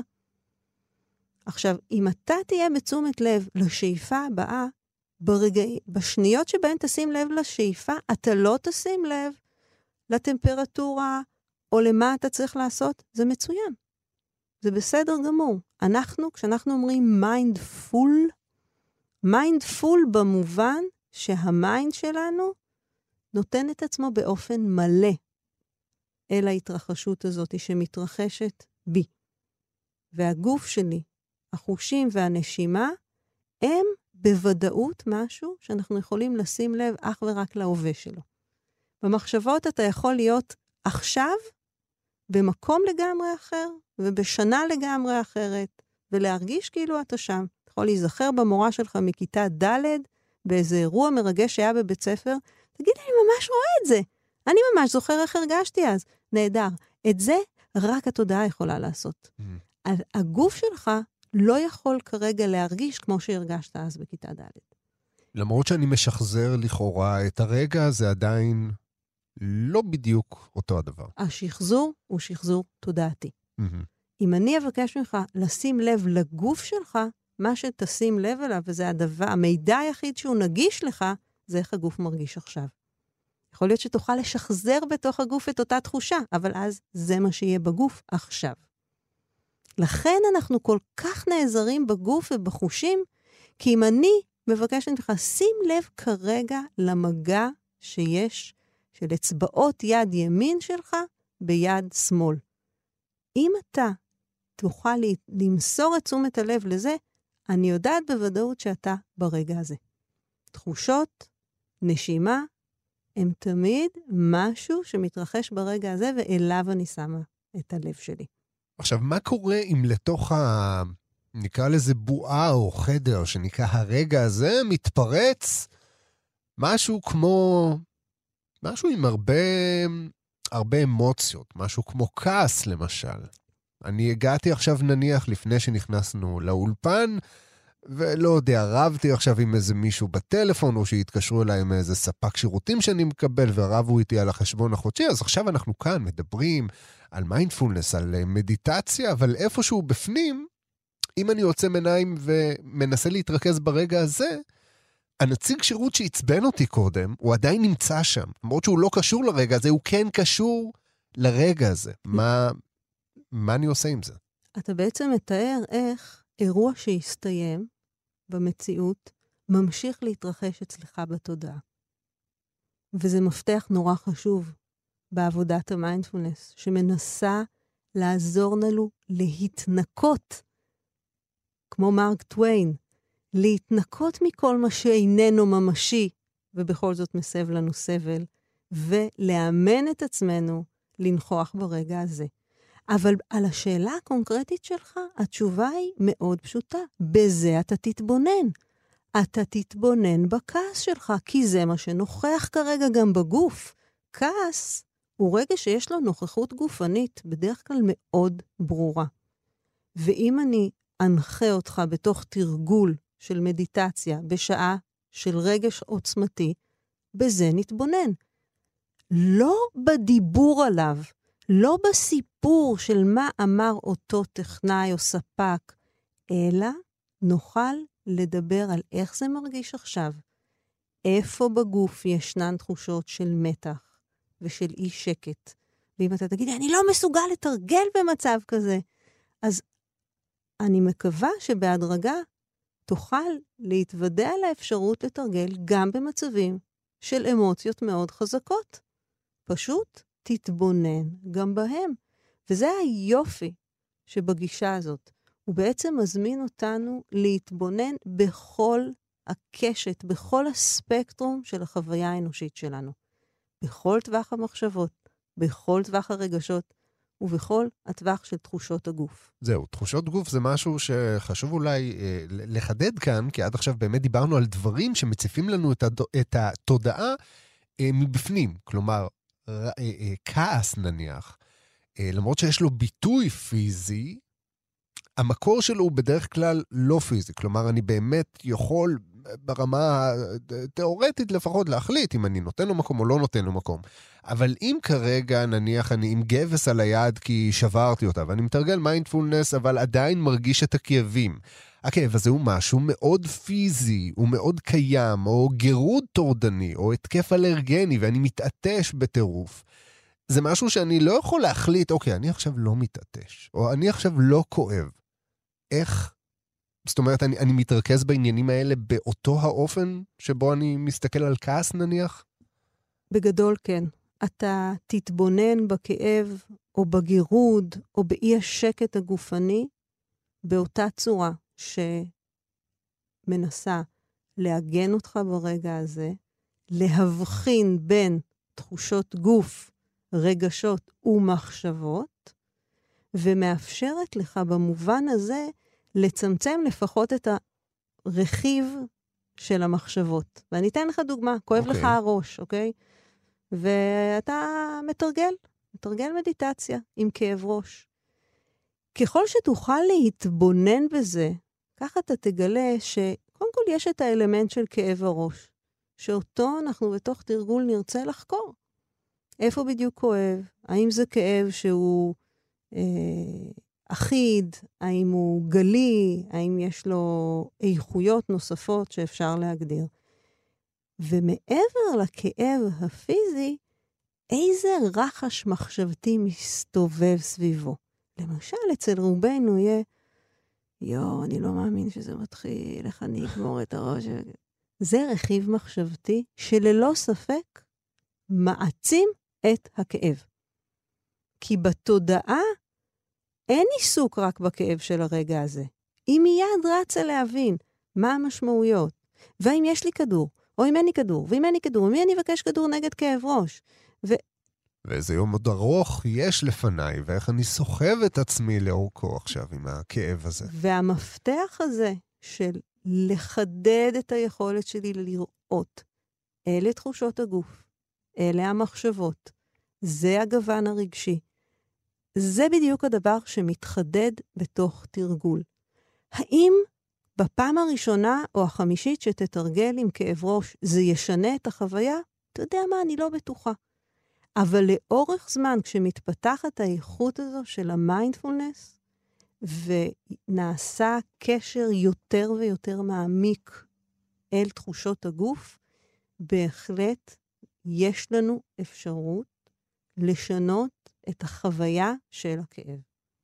עכשיו, אם אתה תהיה בתשומת לב לשאיפה הבאה, ברגע, בשניות שבהן תשים לב לשאיפה, אתה לא תשים לב לטמפרטורה או למה אתה צריך לעשות, זה מצוין. זה בסדר גמור. אנחנו, כשאנחנו אומרים mindful, מיינדפול במובן שהמיינד שלנו נותן את עצמו באופן מלא אל ההתרחשות הזאת שמתרחשת בי. והגוף שלי, החושים והנשימה, הם בוודאות משהו שאנחנו יכולים לשים לב אך ורק להווה שלו. במחשבות אתה יכול להיות עכשיו במקום לגמרי אחר ובשנה לגמרי אחרת, ולהרגיש כאילו אתה שם. יכול להיזכר במורה שלך מכיתה ד' באיזה אירוע מרגש שהיה בבית ספר, תגיד, אני ממש רואה את זה. אני ממש זוכר איך הרגשתי אז. נהדר. את זה רק התודעה יכולה לעשות. Mm. הגוף שלך לא יכול כרגע להרגיש כמו שהרגשת אז בכיתה ד'. למרות שאני משחזר לכאורה את הרגע, זה עדיין לא בדיוק אותו הדבר. השחזור הוא שחזור תודעתי. Mm-hmm. אם אני אבקש ממך לשים לב לגוף שלך, מה שתשים לב אליו, וזה הדבר, המידע היחיד שהוא נגיש לך, זה איך הגוף מרגיש עכשיו. יכול להיות שתוכל לשחזר בתוך הגוף את אותה תחושה, אבל אז זה מה שיהיה בגוף עכשיו. לכן אנחנו כל כך נעזרים בגוף ובחושים, כי אם אני מבקשת ממך, שים לב כרגע למגע שיש של אצבעות יד ימין שלך ביד שמאל. אם אתה תוכל למסור את תשומת הלב לזה, אני יודעת בוודאות שאתה ברגע הזה. תחושות, נשימה, הם תמיד משהו שמתרחש ברגע הזה, ואליו אני שמה את הלב שלי. עכשיו, מה קורה אם לתוך ה... נקרא לזה בועה או חדר, שנקרא הרגע הזה, מתפרץ משהו כמו... משהו עם הרבה... הרבה אמוציות, משהו כמו כעס למשל. אני הגעתי עכשיו נניח לפני שנכנסנו לאולפן, ולא יודע, רבתי עכשיו עם איזה מישהו בטלפון, או שהתקשרו אליי עם איזה ספק שירותים שאני מקבל, ורבו איתי על החשבון החודשי, אז עכשיו אנחנו כאן מדברים על מיינדפולנס, על מדיטציה, אבל איפשהו בפנים, אם אני יוצא מעיניים ומנסה להתרכז ברגע הזה, הנציג שירות שהצבן אותי קודם, הוא עדיין נמצא שם. למרות שהוא לא קשור לרגע הזה, הוא כן קשור לרגע הזה. מה, מה אני עושה עם זה? אתה בעצם מתאר איך אירוע שהסתיים במציאות, ממשיך להתרחש אצלך בתודעה. וזה מפתח נורא חשוב בעבודת המיינדפולנס, שמנסה לעזור לנו להתנקות, כמו מרק טוויין, להתנקות מכל מה שאיננו ממשי, ובכל זאת מסב לנו סבל, ולאמן את עצמנו לנחוח ברגע הזה. אבל על השאלה הקונקרטית שלך, התשובה היא מאוד פשוטה. בזה אתה תתבונן. אתה תתבונן בכעס שלך, כי זה מה שנוכח כרגע גם בגוף. כעס הוא רגע שיש לו נוכחות גופנית, בדרך כלל מאוד ברורה. ואם אני אנחה אותך בתוך תרגול של מדיטציה, בשעה של רגש עוצמתי, בזה נתבונן. לא בדיבור עליו, לא בסיפור של מה אמר אותו טכנאי או ספק, אלא נוכל לדבר על איך זה מרגיש עכשיו. איפה בגוף ישנן תחושות של מתח ושל אי שקט. ואם אתה תגיד, אני לא מסוגל לתרגל במצב כזה, אז אני מקווה שבהדרגה תוכל להתוודע על האפשרות לתרגל גם במצבים של אמוציות מאוד חזקות. פשוט תתבונן גם בהם. וזה היופי שבגישה הזאת. הוא בעצם מזמין אותנו להתבונן בכל הקשת, בכל הספקטרום של החוויה האנושית שלנו. בכל טווח המחשבות, בכל טווח הרגשות, ובכל הטווח של תחושות הגוף. זהו, תחושות גוף זה משהו שחשוב אולי אה, לחדד כאן, כי עד עכשיו באמת דיברנו על דברים שמציפים לנו את, הד... את התודעה אה, מבפנים. כלומר, אה, אה, כעס נניח, אה, למרות שיש לו ביטוי פיזי, המקור שלו הוא בדרך כלל לא פיזי. כלומר, אני באמת יכול ברמה תיאורטית לפחות להחליט אם אני נותן לו מקום או לא נותן לו מקום. אבל אם כרגע נניח אני עם גבס על היד כי שברתי אותה, ואני מתרגל מיינדפולנס אבל עדיין מרגיש את הכאבים. הכאב הזה הוא משהו מאוד פיזי, הוא מאוד קיים, או גירוד טורדני, או התקף אלרגני, ואני מתעטש בטירוף. זה משהו שאני לא יכול להחליט, אוקיי, אני עכשיו לא מתעטש, או אני עכשיו לא כואב. איך? זאת אומרת, אני, אני מתרכז בעניינים האלה באותו האופן שבו אני מסתכל על כעס נניח? בגדול כן. אתה תתבונן בכאב, או בגירוד, או באי השקט הגופני, באותה צורה שמנסה להגן אותך ברגע הזה, להבחין בין תחושות גוף, רגשות ומחשבות, ומאפשרת לך במובן הזה לצמצם לפחות את הרכיב של המחשבות. ואני אתן לך דוגמה, כואב okay. לך הראש, אוקיי? ואתה מתרגל, מתרגל מדיטציה עם כאב ראש. ככל שתוכל להתבונן בזה, ככה אתה תגלה שקודם כל יש את האלמנט של כאב הראש, שאותו אנחנו בתוך תרגול נרצה לחקור. איפה בדיוק כואב? האם זה כאב שהוא אה, אחיד? האם הוא גלי? האם יש לו איכויות נוספות שאפשר להגדיר? ומעבר לכאב הפיזי, איזה רחש מחשבתי מסתובב סביבו? למשל, אצל רובנו יהיה, יו, אני לא מאמין שזה מתחיל, איך אני אגמור את הראש. זה רכיב מחשבתי שללא ספק מעצים את הכאב. כי בתודעה אין עיסוק רק בכאב של הרגע הזה. היא מיד רצה להבין מה המשמעויות, והאם יש לי כדור, או אם אין לי כדור, ואם אין לי כדור, ומי אני אבקש כדור נגד כאב ראש. ו... ואיזה יום עוד ארוך יש לפניי, ואיך אני סוחב את עצמי לאורכו עכשיו עם הכאב הזה. והמפתח הזה של לחדד את היכולת שלי לראות, אלה תחושות הגוף, אלה המחשבות, זה הגוון הרגשי. זה בדיוק הדבר שמתחדד בתוך תרגול. האם בפעם הראשונה או החמישית שתתרגל עם כאב ראש, זה ישנה את החוויה? אתה יודע מה, אני לא בטוחה. אבל לאורך זמן, כשמתפתחת האיכות הזו של המיינדפולנס, ונעשה קשר יותר ויותר מעמיק אל תחושות הגוף, בהחלט יש לנו אפשרות לשנות את החוויה של הכאב.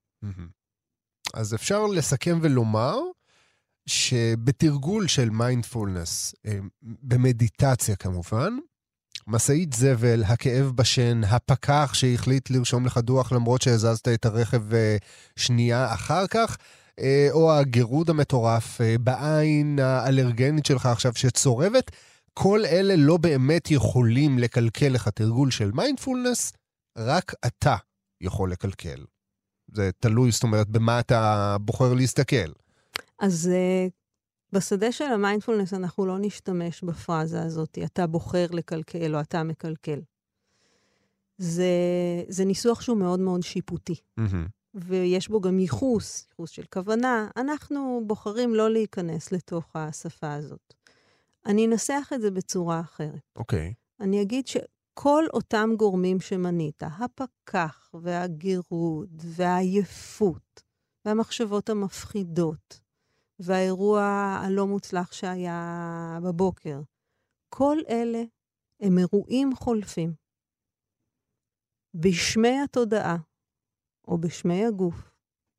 אז אפשר לסכם ולומר שבתרגול של מיינדפולנס, במדיטציה כמובן, מסעית זבל, הכאב בשן, הפקח שהחליט לרשום לך דוח למרות שהזזת את הרכב שנייה אחר כך, או הגירוד המטורף בעין האלרגנית שלך עכשיו שצורבת, כל אלה לא באמת יכולים לקלקל לך תרגול של מיינדפולנס, רק אתה יכול לקלקל. זה תלוי, זאת אומרת, במה אתה בוחר להסתכל. אז uh, בשדה של המיינדפולנס אנחנו לא נשתמש בפרזה הזאת, אתה בוחר לקלקל או אתה מקלקל. זה, זה ניסוח שהוא מאוד מאוד שיפוטי. Mm-hmm. ויש בו גם ייחוס, ייחוס של כוונה. אנחנו בוחרים לא להיכנס לתוך השפה הזאת. אני אנסח את זה בצורה אחרת. אוקיי. Okay. אני אגיד שכל אותם גורמים שמנית, הפקח והגירוד והעייפות והמחשבות המפחידות והאירוע הלא מוצלח שהיה בבוקר, כל אלה הם אירועים חולפים. בשמי התודעה או בשמי הגוף.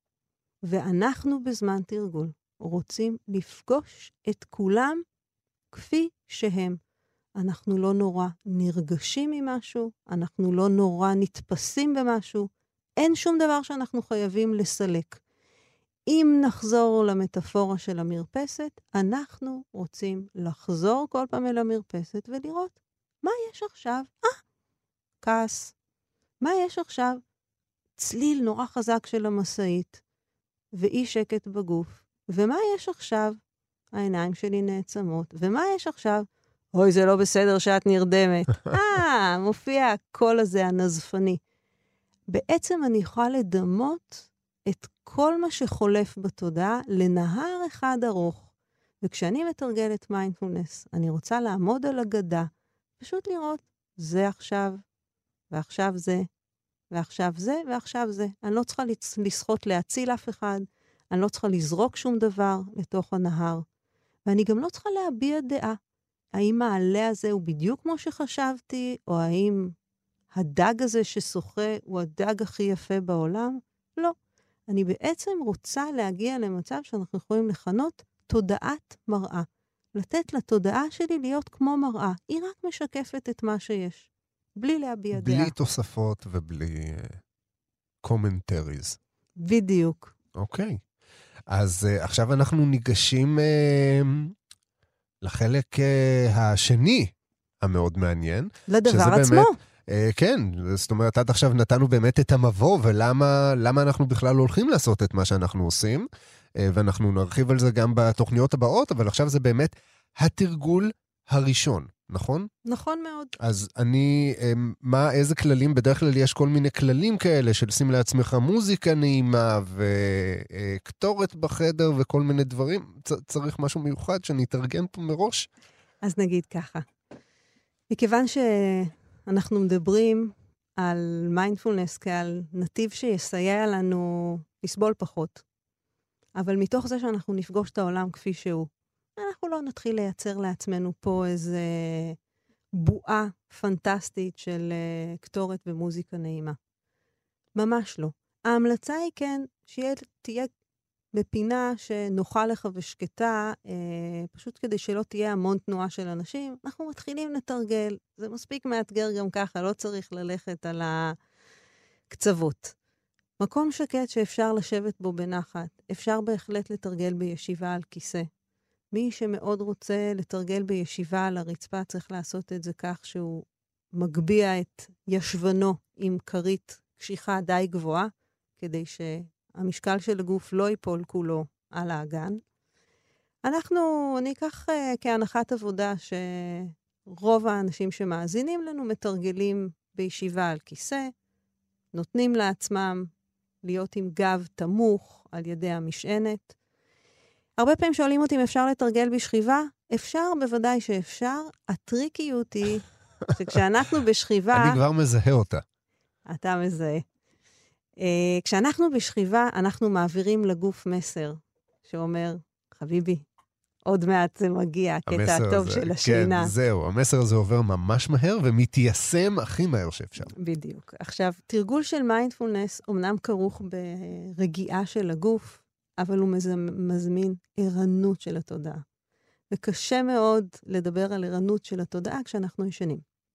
ואנחנו בזמן תרגול רוצים לפגוש את כולם כפי שהם. אנחנו לא נורא נרגשים ממשהו, אנחנו לא נורא נתפסים במשהו, אין שום דבר שאנחנו חייבים לסלק. אם נחזור למטאפורה של המרפסת, אנחנו רוצים לחזור כל פעם אל המרפסת ולראות מה יש עכשיו. אה, כעס. מה יש עכשיו? צליל נורא חזק של המסעית, ואי שקט בגוף. ומה יש עכשיו? העיניים שלי נעצמות. ומה יש עכשיו? אוי, זה לא בסדר שאת נרדמת. אה, מופיע הקול הזה הנזפני. בעצם אני יכולה לדמות את כל מה שחולף בתודעה לנהר אחד ארוך. וכשאני מתרגלת מיינדפולנס, אני רוצה לעמוד על הגדה, פשוט לראות, זה עכשיו, ועכשיו זה, ועכשיו זה, ועכשיו זה. אני לא צריכה לשחות להציל אף אחד, אני לא צריכה לזרוק שום דבר לתוך הנהר, ואני גם לא צריכה להביע דעה. האם העלה הזה הוא בדיוק כמו שחשבתי, או האם הדג הזה ששוחה הוא הדג הכי יפה בעולם? לא. אני בעצם רוצה להגיע למצב שאנחנו יכולים לכנות תודעת מראה. לתת לתודעה שלי להיות כמו מראה. היא רק משקפת את מה שיש. בלי להביע דעה. בלי תוספות ובלי קומנטריז. Uh, בדיוק. אוקיי. אז uh, עכשיו אנחנו ניגשים uh, לחלק uh, השני המאוד מעניין. לדבר עצמו. באמת, uh, כן, זאת אומרת, עד עכשיו נתנו באמת את המבוא, ולמה למה אנחנו בכלל הולכים לעשות את מה שאנחנו עושים, uh, ואנחנו נרחיב על זה גם בתוכניות הבאות, אבל עכשיו זה באמת התרגול הראשון. נכון? נכון מאוד. אז אני, מה, איזה כללים? בדרך כלל יש כל מיני כללים כאלה של שים לעצמך מוזיקה נעימה וכתורת בחדר וכל מיני דברים. צריך משהו מיוחד שאני אתארגן פה מראש? אז נגיד ככה. מכיוון שאנחנו מדברים על מיינדפולנס כעל נתיב שיסייע לנו לסבול פחות, אבל מתוך זה שאנחנו נפגוש את העולם כפי שהוא, אנחנו לא נתחיל לייצר לעצמנו פה איזה בועה פנטסטית של uh, כתורת ומוזיקה נעימה. ממש לא. ההמלצה היא כן, שתהיה בפינה שנוחה לך ושקטה, אה, פשוט כדי שלא תהיה המון תנועה של אנשים, אנחנו מתחילים לתרגל. זה מספיק מאתגר גם ככה, לא צריך ללכת על הקצוות. מקום שקט שאפשר לשבת בו בנחת, אפשר בהחלט לתרגל בישיבה על כיסא. מי שמאוד רוצה לתרגל בישיבה על הרצפה, צריך לעשות את זה כך שהוא מגביע את ישבנו עם כרית קשיחה די גבוהה, כדי שהמשקל של הגוף לא ייפול כולו על האגן. אנחנו, אני אקח uh, כהנחת עבודה שרוב האנשים שמאזינים לנו מתרגלים בישיבה על כיסא, נותנים לעצמם להיות עם גב תמוך על ידי המשענת. הרבה פעמים שואלים אותי אם אפשר לתרגל בשכיבה. אפשר, בוודאי שאפשר. הטריקיות היא שכשאנחנו בשכיבה... אני כבר מזהה אותה. אתה מזהה. Uh, כשאנחנו בשכיבה, אנחנו מעבירים לגוף מסר שאומר, חביבי, עוד מעט זה מגיע, הקטע הטוב זה, של השינה. כן, זהו. המסר הזה עובר ממש מהר ומתיישם הכי מהר שאפשר. בדיוק. עכשיו, תרגול של מיינדפולנס אומנם כרוך ברגיעה של הגוף, אבל הוא מזמין ערנות של התודעה. וקשה מאוד לדבר על ערנות של התודעה כשאנחנו ישנים.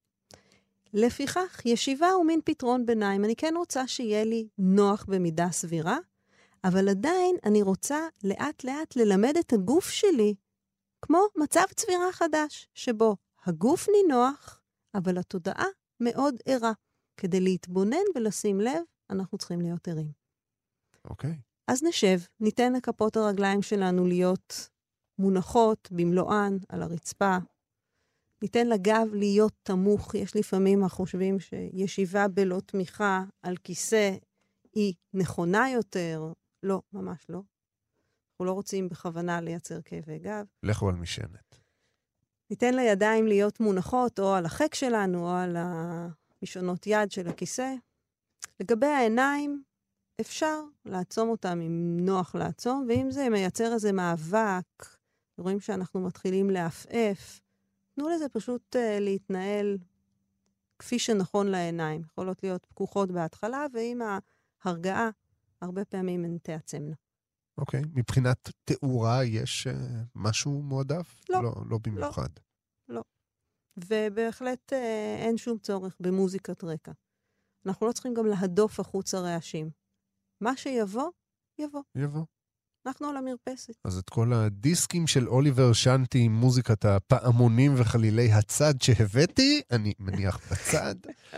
לפיכך, ישיבה הוא מין פתרון ביניים. אני כן רוצה שיהיה לי נוח במידה סבירה, אבל עדיין אני רוצה לאט לאט ללמד את הגוף שלי, כמו מצב צבירה חדש, שבו הגוף נינוח, אבל התודעה מאוד ערה. כדי להתבונן ולשים לב, אנחנו צריכים להיות ערים. אוקיי. Okay. אז נשב, ניתן לכפות הרגליים שלנו להיות מונחות במלואן על הרצפה. ניתן לגב להיות תמוך. יש לפעמים החושבים שישיבה בלא תמיכה על כיסא היא נכונה יותר. לא, ממש לא. אנחנו לא רוצים בכוונה לייצר כאבי גב. לכו על משענת. ניתן לידיים להיות מונחות או על החק שלנו או על המשענות יד של הכיסא. לגבי העיניים, אפשר לעצום אותם אם נוח לעצום, ואם זה מייצר איזה מאבק, רואים שאנחנו מתחילים להפעף, תנו לזה פשוט uh, להתנהל כפי שנכון לעיניים. יכולות להיות פקוחות בהתחלה, ועם ההרגעה, הרבה פעמים הן תעצמנה. אוקיי. Okay. מבחינת תאורה יש uh, משהו מועדף? לא. לא, לא במיוחד. לא. לא. ובהחלט uh, אין שום צורך במוזיקת רקע. אנחנו לא צריכים גם להדוף החוץ הרעשים. מה שיבוא, יבוא. יבוא. אנחנו על המרפסת. אז את כל הדיסקים של אוליבר שנטי עם מוזיקת הפעמונים וחלילי הצד שהבאתי, אני מניח בצד,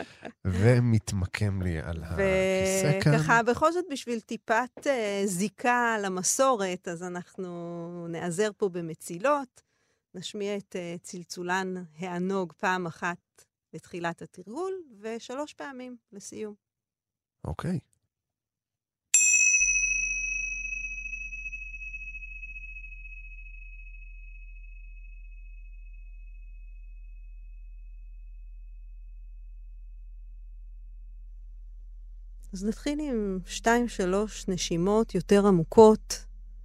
ומתמקם לי על הכיסא כאן. וככה, בכל זאת, בשביל טיפת uh, זיקה למסורת, אז אנחנו נעזר פה במצילות, נשמיע את uh, צלצולן הענוג פעם אחת לתחילת התרגול, ושלוש פעמים לסיום. אוקיי. אז נתחיל עם שתיים, שלוש נשימות יותר עמוקות.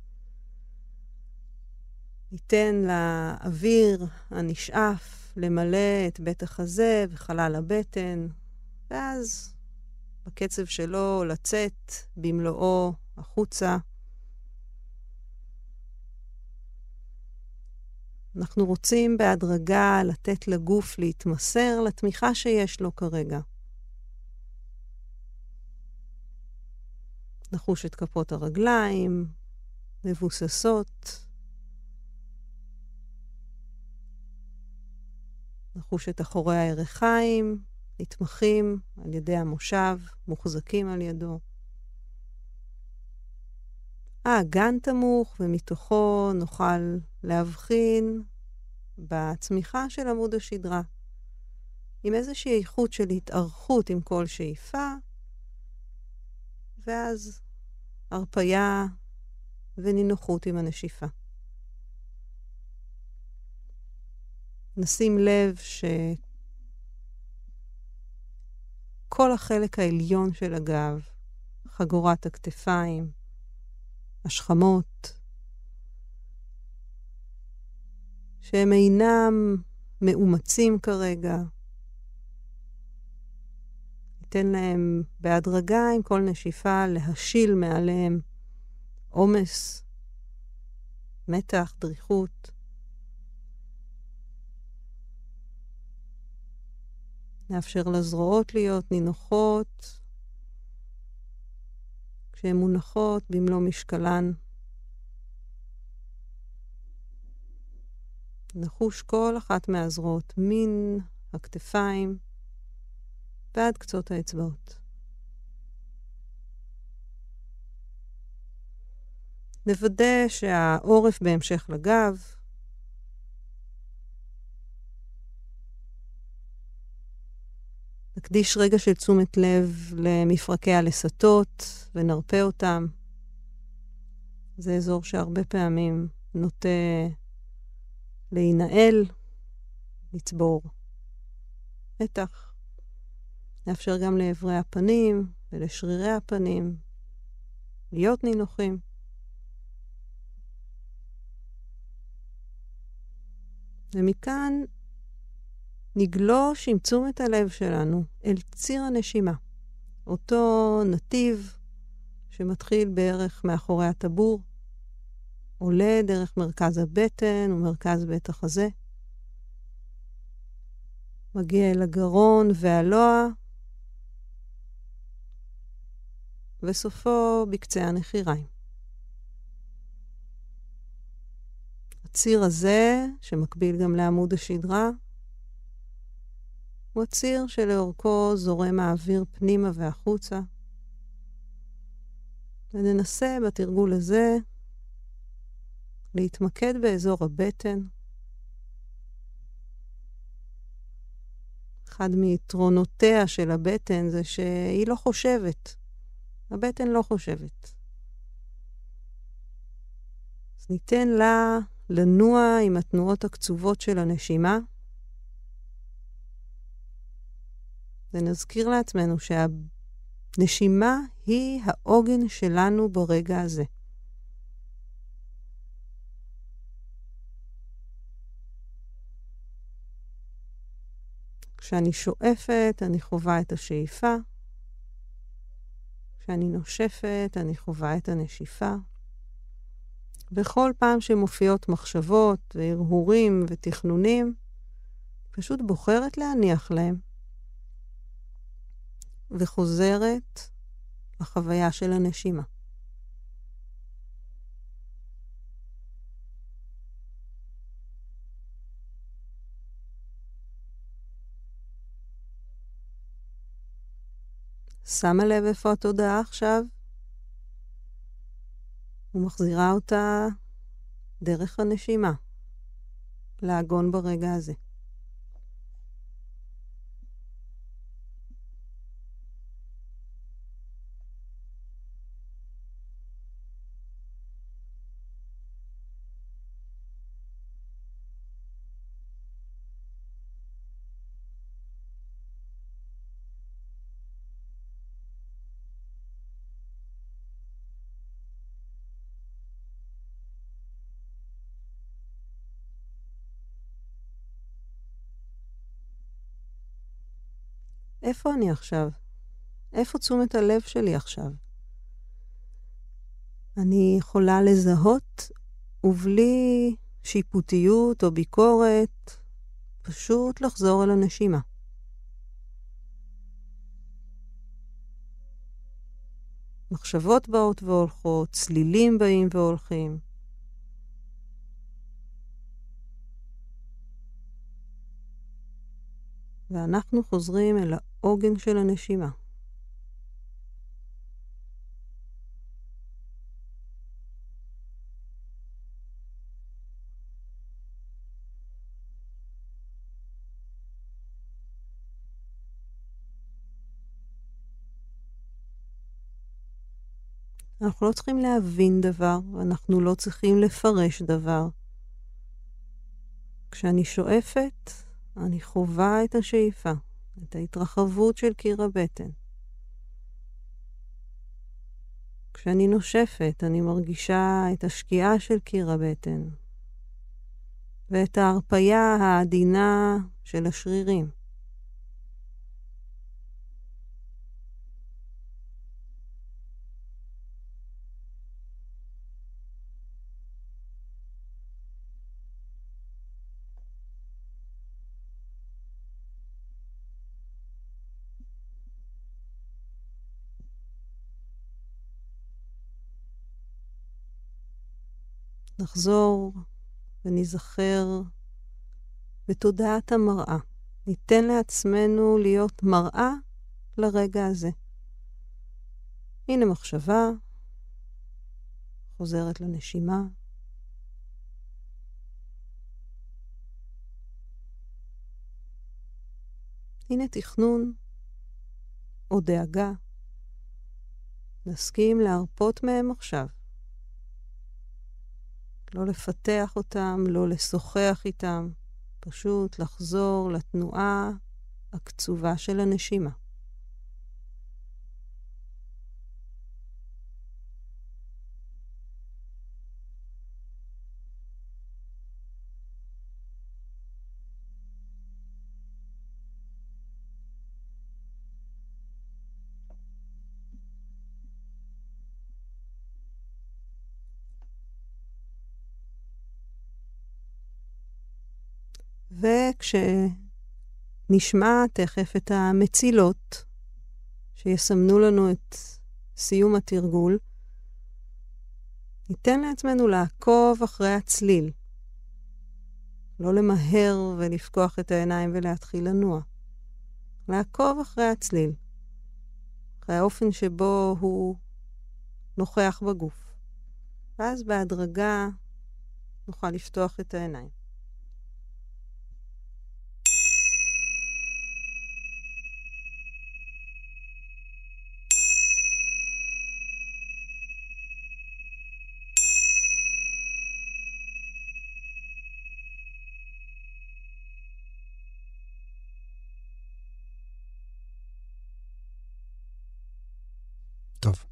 ניתן לאוויר הנשאף למלא את בית החזה וחלל הבטן, ואז בקצב שלו לצאת במלואו החוצה. אנחנו רוצים בהדרגה לתת לגוף להתמסר לתמיכה שיש לו כרגע. נחוש את כפות הרגליים, מבוססות. נחוש את אחורי הירכיים, נתמכים על ידי המושב, מוחזקים על ידו. האגן תמוך, ומתוכו נוכל להבחין בצמיחה של עמוד השדרה, עם איזושהי איכות של התארכות עם כל שאיפה, ואז הרפיה ונינוחות עם הנשיפה. נשים לב שכל החלק העליון של הגב, חגורת הכתפיים, השכמות, שהם אינם מאומצים כרגע, ניתן להם בהדרגה עם כל נשיפה להשיל מעליהם עומס, מתח, דריכות. נאפשר לזרועות להיות נינוחות, כשהן מונחות במלוא משקלן. נחוש כל אחת מהזרועות, מן הכתפיים ועד קצות האצבעות. נוודא שהעורף בהמשך לגב. נקדיש רגע של תשומת לב למפרקי הלסתות ונרפא אותם. זה אזור שהרבה פעמים נוטה להינעל, לצבור מתח. נאפשר גם לעברי הפנים ולשרירי הפנים להיות נינוחים. ומכאן נגלוש עם תשומת הלב שלנו אל ציר הנשימה. אותו נתיב שמתחיל בערך מאחורי הטבור, עולה דרך מרכז הבטן ומרכז בית החזה, מגיע אל הגרון והלוע, וסופו בקצה הנחיריים. הציר הזה, שמקביל גם לעמוד השדרה, הוא הציר שלאורכו זורם האוויר פנימה והחוצה. וננסה בתרגול הזה להתמקד באזור הבטן. אחד מיתרונותיה של הבטן זה שהיא לא חושבת. הבטן לא חושבת. אז ניתן לה לנוע עם התנועות הקצובות של הנשימה. ונזכיר לעצמנו שהנשימה היא העוגן שלנו ברגע הזה. כשאני שואפת, אני חווה את השאיפה. כשאני נושפת, אני חווה את הנשיפה. בכל פעם שמופיעות מחשבות והרהורים ותכנונים, פשוט בוחרת להניח להם. וחוזרת לחוויה של הנשימה. שמה לב איפה התודעה עכשיו, ומחזירה אותה דרך הנשימה, לעגון ברגע הזה. איפה אני עכשיו? איפה תשומת הלב שלי עכשיו? אני יכולה לזהות ובלי שיפוטיות או ביקורת, פשוט לחזור אל הנשימה. מחשבות באות והולכות, צלילים באים והולכים. ואנחנו חוזרים אל העוגן של הנשימה. אנחנו לא צריכים להבין דבר, אנחנו לא צריכים לפרש דבר. כשאני שואפת, אני חווה את השאיפה, את ההתרחבות של קיר הבטן. כשאני נושפת, אני מרגישה את השקיעה של קיר הבטן, ואת ההרפיה העדינה של השרירים. נחזור ונזכר בתודעת המראה. ניתן לעצמנו להיות מראה לרגע הזה. הנה מחשבה, חוזרת לנשימה. הנה תכנון או דאגה. נסכים להרפות מהם עכשיו. לא לפתח אותם, לא לשוחח איתם, פשוט לחזור לתנועה הקצובה של הנשימה. וכשנשמע תכף את המצילות שיסמנו לנו את סיום התרגול, ניתן לעצמנו לעקוב אחרי הצליל. לא למהר ולפקוח את העיניים ולהתחיל לנוע. לעקוב אחרי הצליל. אחרי האופן שבו הוא נוכח בגוף. ואז בהדרגה נוכל לפתוח את העיניים. טוב.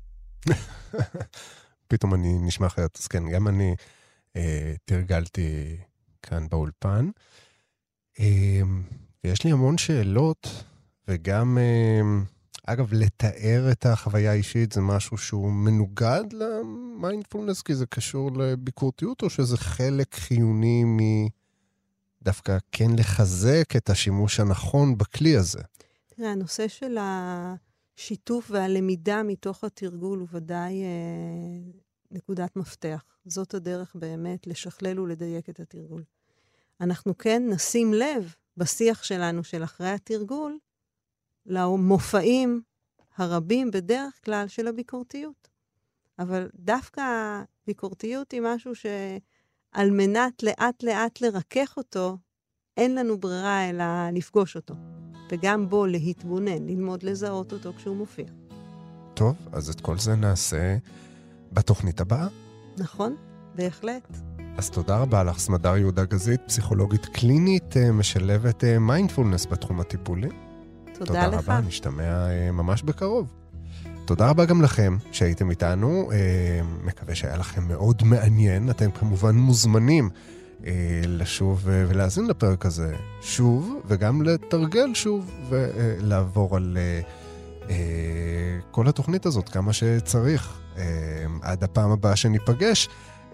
פתאום אני נשמע אחרת. אז כן, גם אני אה, תרגלתי כאן באולפן. אה, ויש לי המון שאלות, וגם, אה, אגב, לתאר את החוויה האישית זה משהו שהוא מנוגד למיינדפולנס, כי זה קשור לביקורתיות, או שזה חלק חיוני מדווקא כן לחזק את השימוש הנכון בכלי הזה? תראה, הנושא של ה... שיתוף והלמידה מתוך התרגול הוא ודאי אה, נקודת מפתח. זאת הדרך באמת לשכלל ולדייק את התרגול. אנחנו כן נשים לב בשיח שלנו של אחרי התרגול למופעים הרבים בדרך כלל של הביקורתיות. אבל דווקא הביקורתיות היא משהו שעל מנת לאט לאט לרכך אותו, אין לנו ברירה אלא לפגוש אותו. וגם בו להתבונן, ללמוד לזהות אותו כשהוא מופיע. טוב, אז את כל זה נעשה בתוכנית הבאה. נכון, בהחלט. אז תודה רבה לך, סמדר יהודה גזית, פסיכולוגית קלינית, משלבת מיינדפולנס בתחום הטיפולי. תודה, תודה לך. רבה, נשתמע ממש בקרוב. תודה רבה גם לכם שהייתם איתנו, מקווה שהיה לכם מאוד מעניין, אתם כמובן מוזמנים לשוב ולהזין לפרק הזה שוב, וגם לתרגל שוב ולעבור על כל התוכנית הזאת כמה שצריך. עד הפעם הבאה שניפגש.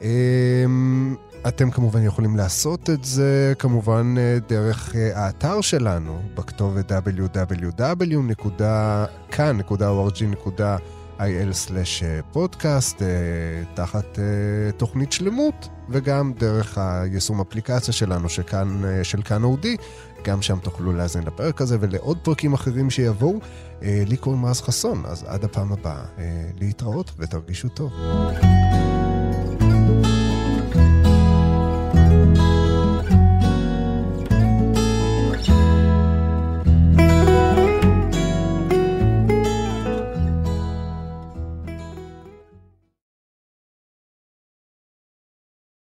אתם כמובן יכולים לעשות את זה כמובן דרך האתר שלנו בכתובת דאבליו דאבליו דאבליו נקודה כאן נקודה אור ג'י נקודה איי אל סלש פודקאסט תחת תוכנית שלמות, וגם דרך היישום אפליקציה שלנו שכאן, של כאן אודי, גם שם תוכלו להזין לפרק הזה ולעוד פרקים אחרים שיבואו. לי קוראים רז חסון, אז עד הפעם הבאה להתראות ותרגישו טוב.